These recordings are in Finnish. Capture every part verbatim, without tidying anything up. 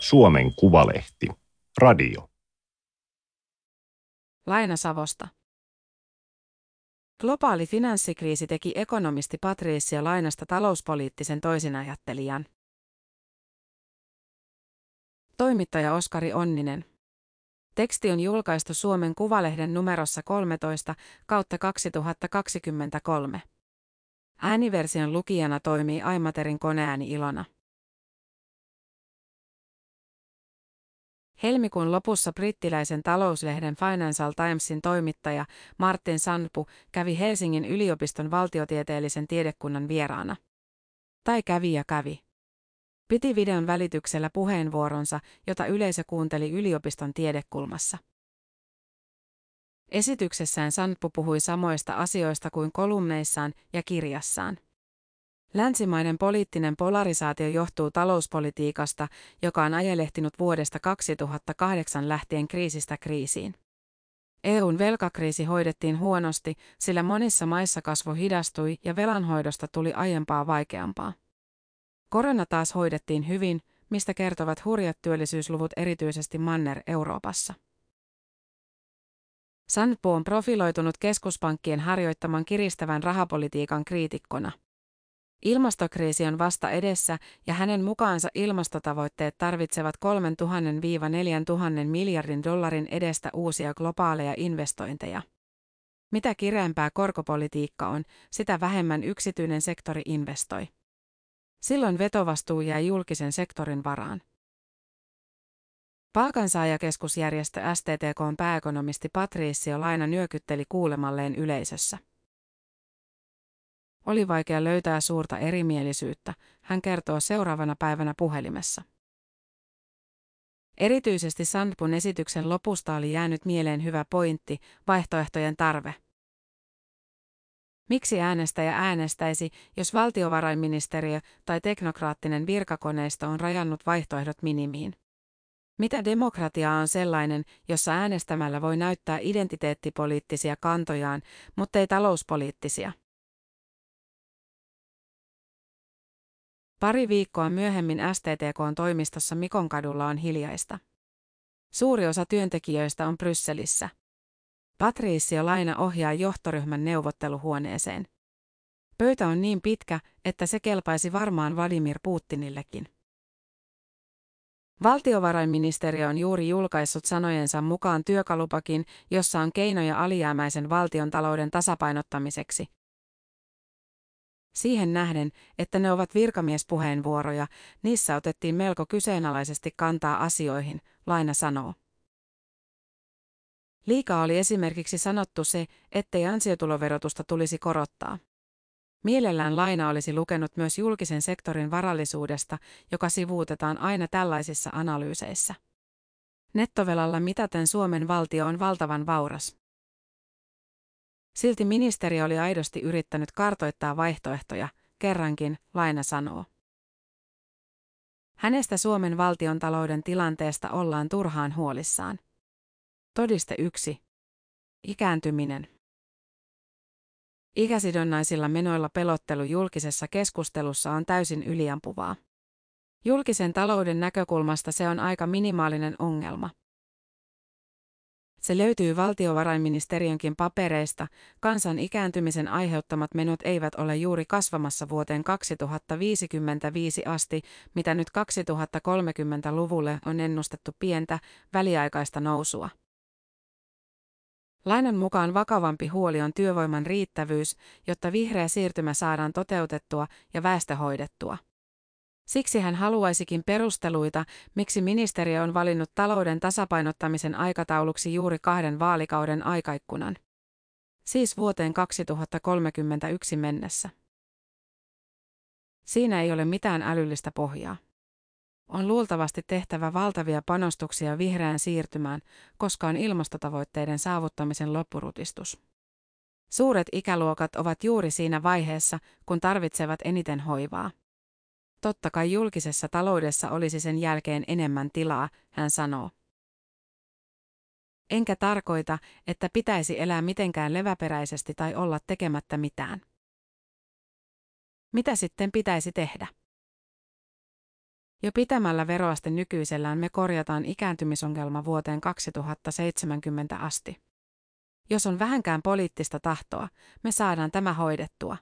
Suomen Kuvalehti. Radio. Laina Savosta. Globaali finanssikriisi teki ekonomisti Patricia Lainasta talouspoliittisen toisinajattelijan. Toimittaja Oskari Onninen. Teksti on julkaistu Suomen Kuvalehden numerossa kolmetoista kautta kaksituhattakaksikymmentäkolme. Ääniversion lukijana toimii Aimaterin koneääni Ilona. Helmikuun lopussa brittiläisen talouslehden Financial Timesin toimittaja Martin Sandbu kävi Helsingin yliopiston valtiotieteellisen tiedekunnan vieraana. Tai kävi ja kävi. Piti videon välityksellä puheenvuoronsa, jota yleisö kuunteli yliopiston tiedekulmassa. Esityksessään Sandbu puhui samoista asioista kuin kolumneissaan ja kirjassaan. Länsimainen poliittinen polarisaatio johtuu talouspolitiikasta, joka on ajelehtinut vuodesta kaksituhattakahdeksan lähtien kriisistä kriisiin. E U:n velkakriisi hoidettiin huonosti, sillä monissa maissa kasvu hidastui ja velanhoidosta tuli aiempaa vaikeampaa. Korona taas hoidettiin hyvin, mistä kertovat hurjat työllisyysluvut erityisesti Manner-Euroopassa. Sandbu on profiloitunut keskuspankkien harjoittaman kiristävän rahapolitiikan kriitikkona. Ilmastokriisi on vasta edessä ja hänen mukaansa ilmastotavoitteet tarvitsevat kolmetuhatta neljätuhatta miljardin dollarin edestä uusia globaaleja investointeja. Mitä kireämpää korkopolitiikka on, sitä vähemmän yksityinen sektori investoi. Silloin vetovastuu jää julkisen sektorin varaan. Palkansaajakeskusjärjestö S T T K:n pääekonomisti Patricia Laina nyökytteli kuulemalleen yleisössä. Oli vaikea löytää suurta erimielisyyttä, hän kertoo seuraavana päivänä puhelimessa. Erityisesti Sandbun esityksen lopusta oli jäänyt mieleen hyvä pointti, vaihtoehtojen tarve. Miksi äänestäjä äänestäisi, jos valtiovarainministeriö tai teknokraattinen virkakoneisto on rajannut vaihtoehdot minimiin? Mitä demokratia on sellainen, jossa äänestämällä voi näyttää identiteettipoliittisia kantojaan, mutta ei talouspoliittisia? Pari viikkoa myöhemmin S T T K:n toimistossa Mikonkadulla on hiljaista. Suuri osa työntekijöistä on Brysselissä. Patricia Laina ohjaa johtoryhmän neuvotteluhuoneeseen. Pöytä on niin pitkä, että se kelpaisi varmaan Vladimir Putinillekin. Valtiovarainministeriö on juuri julkaissut sanojensa mukaan työkalupakin, jossa on keinoja alijäämäisen valtion talouden tasapainottamiseksi. Siihen nähden, että ne ovat virkamiespuheenvuoroja, niissä otettiin melko kyseenalaisesti kantaa asioihin, Laina sanoo. Liikaa oli esimerkiksi sanottu se, ettei ansiotuloverotusta tulisi korottaa. Mielellään Laina olisi lukenut myös julkisen sektorin varallisuudesta, joka sivuutetaan aina tällaisissa analyyseissä. Nettovelalla mitaten Suomen valtio on valtavan vauras. Silti ministeri oli aidosti yrittänyt kartoittaa vaihtoehtoja, kerrankin, Laina sanoo. Hänestä Suomen valtiontalouden tilanteesta ollaan turhaan huolissaan. Todiste yksi. Ikääntyminen. Ikäsidonnaisilla menoilla pelottelu julkisessa keskustelussa on täysin yliampuvaa. Julkisen talouden näkökulmasta se on aika minimaalinen ongelma. Se löytyy valtiovarainministeriönkin papereista, kansan ikääntymisen aiheuttamat menot eivät ole juuri kasvamassa vuoteen kaksituhattaviisikymmentäviisi asti, mitä nyt kaksituhattakolmekymmentäluvulle on ennustettu pientä, väliaikaista nousua. Lainan mukaan vakavampi huoli on työvoiman riittävyys, jotta vihreä siirtymä saadaan toteutettua ja väestö hoidettua. Siksi hän haluaisikin perusteluita, miksi ministeriö on valinnut talouden tasapainottamisen aikatauluksi juuri kahden vaalikauden aikaikkunan. Siis vuoteen kaksituhattakolmekymmentäyksi mennessä. Siinä ei ole mitään älyllistä pohjaa. On luultavasti tehtävä valtavia panostuksia vihreään siirtymään, koska on ilmastotavoitteiden saavuttamisen loppurutistus. Suuret ikäluokat ovat juuri siinä vaiheessa, kun tarvitsevat eniten hoivaa. Totta kai julkisessa taloudessa olisi sen jälkeen enemmän tilaa, hän sanoo. Enkä tarkoita, että pitäisi elää mitenkään leväperäisesti tai olla tekemättä mitään. Mitä sitten pitäisi tehdä? Jo pitämällä veroaste nykyisellään me korjataan ikääntymisongelma vuoteen kaksituhattaseitsemänkymmentä asti. Jos on vähänkään poliittista tahtoa, me saadaan tämä hoidettua.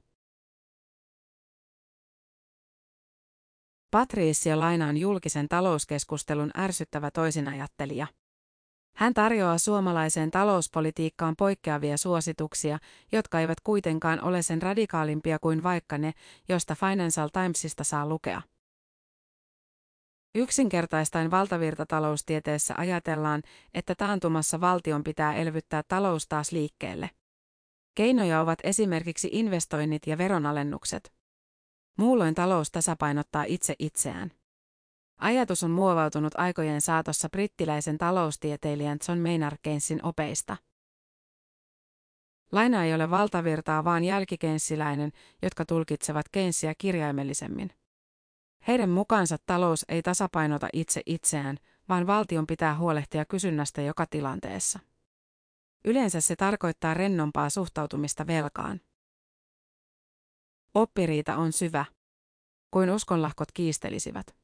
Patricio Laine on julkisen talouskeskustelun ärsyttävä toisinajattelija. Hän tarjoaa suomalaiseen talouspolitiikkaan poikkeavia suosituksia, jotka eivät kuitenkaan ole sen radikaalimpia kuin vaikka ne, joista Financial Timesista saa lukea. Yksinkertaistaen valtavirtataloustieteessä ajatellaan, että taantumassa valtion pitää elvyttää talous taas liikkeelle. Keinoja ovat esimerkiksi investoinnit ja veronalennukset. Muulloin talous tasapainottaa itse itseään. Ajatus on muovautunut aikojen saatossa brittiläisen taloustieteilijän John Maynard Keynesin opeista. Laine ei ole valtavirtaa vaan jälkikeynesiläinen, jotka tulkitsevat Keynesiä kirjaimellisemmin. Heidän mukaansa talous ei tasapainota itse itseään, vaan valtion pitää huolehtia kysynnästä joka tilanteessa. Yleensä se tarkoittaa rennompaa suhtautumista velkaan. Oppiriita on syvä, kuin uskonlahkot kiistelisivät.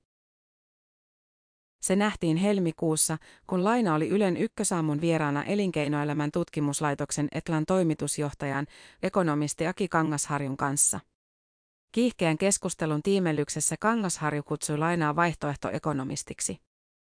Se nähtiin helmikuussa, kun Laine oli Ylen Ykkösaamun vieraana Elinkeinoelämän tutkimuslaitoksen Etlan toimitusjohtajan, ekonomisti Aki Kangasharjun kanssa. Kiihkeän keskustelun tiimellyksessä Kangasharju kutsui Lainea vaihtoehtoekonomistiksi.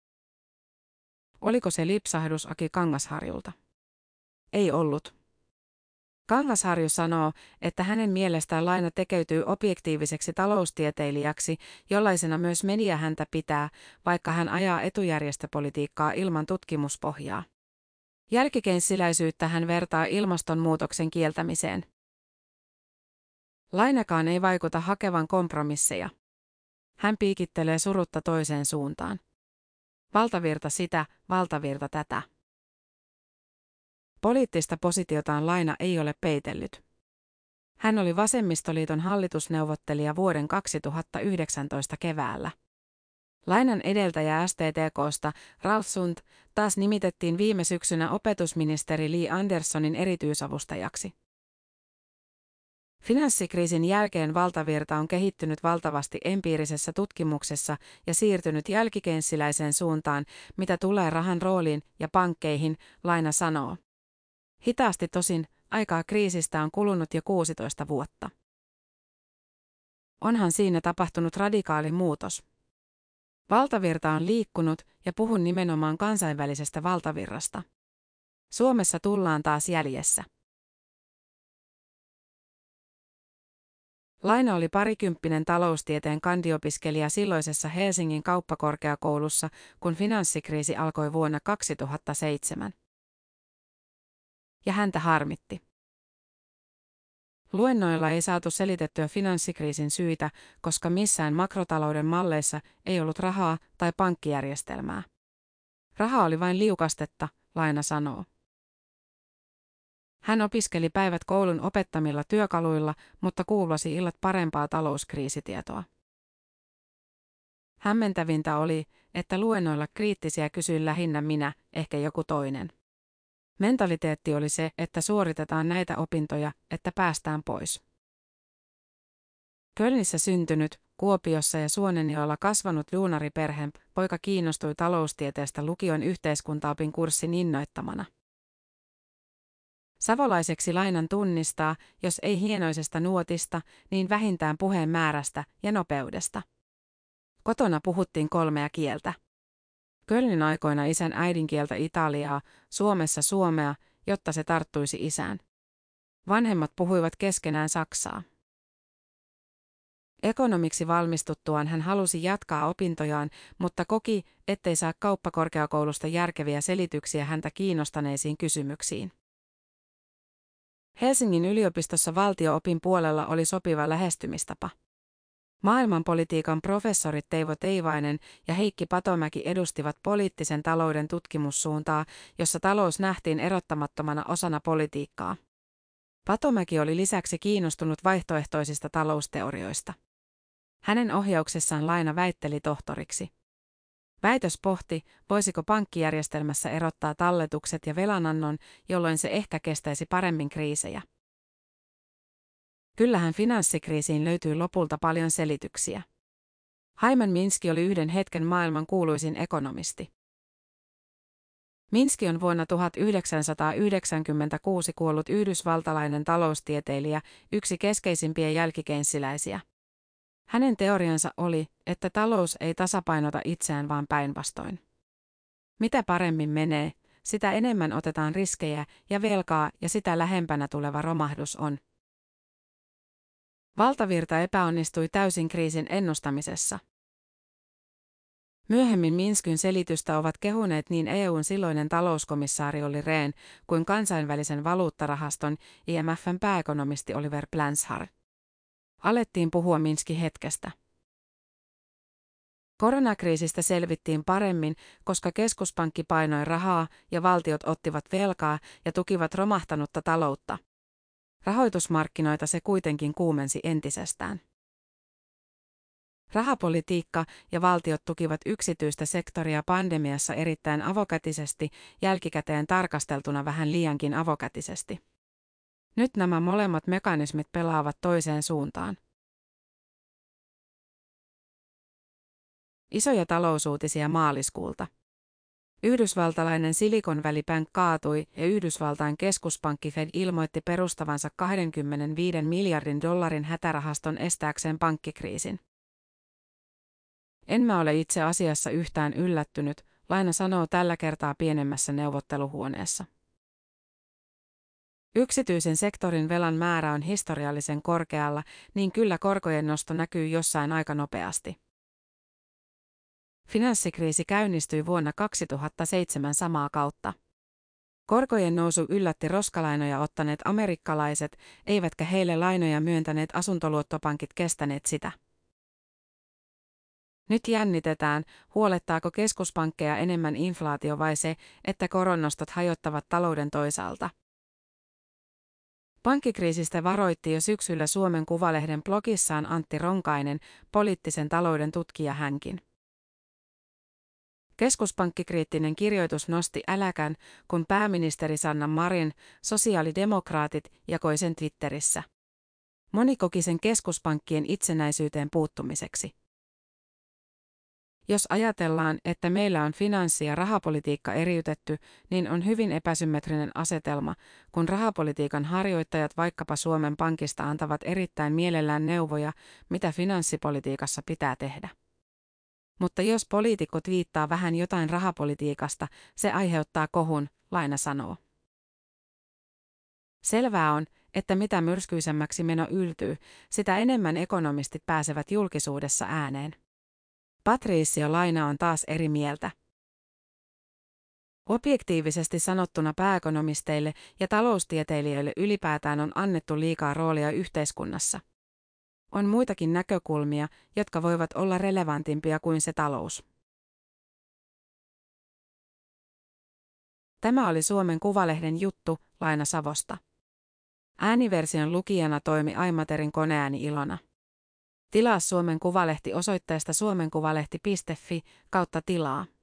Oliko se lipsahdus Aki Kangasharjulta? Ei ollut. Kangasharju sanoo, että hänen mielestään Laine tekeytyy objektiiviseksi taloustieteilijäksi, jollaisena myös media häntä pitää, vaikka hän ajaa etujärjestöpolitiikkaa ilman tutkimuspohjaa. Jälkikeynesiläisyyttä hän vertaa ilmastonmuutoksen kieltämiseen. Lainekaan ei vaikuta hakevan kompromisseja. Hän piikittelee surutta toiseen suuntaan. Valtavirta sitä, valtavirta tätä. Poliittista positiotaan Laine ei ole peitellyt. Hän oli vasemmistoliiton hallitusneuvottelija vuoden kaksituhattayhdeksäntoista keväällä. Lainen edeltäjä S T T K:sta, Ralf Sund, taas nimitettiin viime syksynä opetusministeri Li Anderssonin erityisavustajaksi. Finanssikriisin jälkeen valtavirta on kehittynyt valtavasti empiirisessä tutkimuksessa ja siirtynyt jälkikeynesiläiseen suuntaan, mitä tulee rahan rooliin ja pankkeihin, Laine sanoo. Hitaasti tosin, aikaa kriisistä on kulunut jo kuusitoista vuotta. Onhan siinä tapahtunut radikaali muutos. Valtavirta on liikkunut ja puhun nimenomaan kansainvälisestä valtavirrasta. Suomessa tullaan taas jäljessä. Laine oli parikymppinen taloustieteen kandiopiskelija silloisessa Helsingin kauppakorkeakoulussa, kun finanssikriisi alkoi vuonna kaksituhattaseitsemän. Ja häntä harmitti. Luennoilla ei saatu selitettyä finanssikriisin syitä, koska missään makrotalouden malleissa ei ollut rahaa tai pankkijärjestelmää. Raha oli vain liukastetta, Laine sanoo. Hän opiskeli päivät koulun opettamilla työkaluilla, mutta kuulosi illat parempaa talouskriisitietoa. Hämmentävintä oli, että luennoilla kriittisiä kysyin lähinnä minä, ehkä joku toinen. Mentaliteetti oli se, että suoritetaan näitä opintoja, että päästään pois. Kölnissä syntynyt, Kuopiossa ja Suonenjoella kasvanut duunariperheen poika kiinnostui taloustieteestä lukion yhteiskuntaopin kurssin innoittamana. Savolaiseksi Lainan tunnistaa, jos ei hienoisesta nuotista, niin vähintään puheen määrästä ja nopeudesta. Kotona puhuttiin kolmea kieltä. Kölnin aikoina isän äidinkieltä italiaa, Suomessa suomea, jotta se tarttuisi isään. Vanhemmat puhuivat keskenään saksaa. Ekonomiksi valmistuttuaan hän halusi jatkaa opintojaan, mutta koki, ettei saa kauppakorkeakoulusta järkeviä selityksiä häntä kiinnostaneisiin kysymyksiin. Helsingin yliopistossa valtio-opin puolella oli sopiva lähestymistapa. Maailmanpolitiikan professorit Teivo Teivainen ja Heikki Patomäki edustivat poliittisen talouden tutkimussuuntaa, jossa talous nähtiin erottamattomana osana politiikkaa. Patomäki oli lisäksi kiinnostunut vaihtoehtoisista talousteorioista. Hänen ohjauksessaan Laine väitteli tohtoriksi. Väitös pohti, voisiko pankkijärjestelmässä erottaa talletukset ja velanannon, jolloin se ehkä kestäisi paremmin kriisejä. Kyllähän finanssikriisiin löytyy lopulta paljon selityksiä. Hyman Minsky oli yhden hetken maailman kuuluisin ekonomisti. Minsky on vuonna tuhatyhdeksänsataayhdeksänkymmentäkuusi kuollut yhdysvaltalainen taloustieteilijä, yksi keskeisimpiä jälkikeinsiläisiä. Hänen teoriansa oli, että talous ei tasapainota itseään vaan päinvastoin. Mitä paremmin menee, sitä enemmän otetaan riskejä ja velkaa ja sitä lähempänä tuleva romahdus on. Valtavirta epäonnistui täysin kriisin ennustamisessa. Myöhemmin Minskyn selitystä ovat kehuneet niin E U:n silloinen talouskomissaari Olli Rehn kuin kansainvälisen valuuttarahaston I M F:n pääekonomisti Oliver Blanchard. Alettiin puhua Minsky-hetkestä. Koronakriisistä selvittiin paremmin, koska keskuspankki painoi rahaa ja valtiot ottivat velkaa ja tukivat romahtanutta taloutta. Rahoitusmarkkinoita se kuitenkin kuumensi entisestään. Rahapolitiikka ja valtiot tukivat yksityistä sektoria pandemiassa erittäin avokätisesti, jälkikäteen tarkasteltuna vähän liiankin avokätisesti. Nyt nämä molemmat mekanismit pelaavat toiseen suuntaan. Isoja talousuutisia maaliskuulta. Yhdysvaltalainen Silicon Valley Bank kaatui ja Yhdysvaltain keskuspankki Fed ilmoitti perustavansa kaksikymmentäviisi miljardin dollarin hätärahaston estääkseen pankkikriisin. En mä ole itse asiassa yhtään yllättynyt, Laina sanoo tällä kertaa pienemmässä neuvotteluhuoneessa. Yksityisen sektorin velan määrä on historiallisen korkealla, niin kyllä korkojen nosto näkyy jossain aika nopeasti. Finanssikriisi käynnistyi vuonna kaksituhattaseitsemän samaa kautta. Korkojen nousu yllätti roskalainoja ottaneet amerikkalaiset, eivätkä heille lainoja myöntäneet asuntoluottopankit kestäneet sitä. Nyt jännitetään, huolettaako keskuspankkeja enemmän inflaatio vai se, että koronnostot hajottavat talouden toisaalta. Pankkikriisistä varoitti jo syksyllä Suomen Kuvalehden blogissaan Antti Ronkainen, poliittisen talouden tutkija hänkin. Keskuspankkikriittinen kirjoitus nosti äläkän, kun pääministeri Sanna Marin, sosiaalidemokraatit, jakoi sen Twitterissä. Moni koki sen keskuspankkien itsenäisyyteen puuttumiseksi. Jos ajatellaan, että meillä on finanssi- ja rahapolitiikka eriytetty, niin on hyvin epäsymmetrinen asetelma, kun rahapolitiikan harjoittajat vaikkapa Suomen Pankista antavat erittäin mielellään neuvoja, mitä finanssipolitiikassa pitää tehdä. Mutta jos poliitikot viittaa vähän jotain rahapolitiikasta, se aiheuttaa kohun, Laina sanoo. Selvää on, että mitä myrskyisemmäksi meno yltyy, sitä enemmän ekonomistit pääsevät julkisuudessa ääneen. Patricio Laina on taas eri mieltä. Objektiivisesti sanottuna pääekonomisteille ja taloustieteilijöille ylipäätään on annettu liikaa roolia yhteiskunnassa. On muitakin näkökulmia, jotka voivat olla relevantimpia kuin se talous. Tämä oli Suomen Kuvalehden juttu, Laina Savosta. Ääniversion lukijana toimi Aimaterin koneääni Ilona. Tilaa Suomen Kuvalehti osoitteesta suomenkuvalehti piste fi kautta tilaa.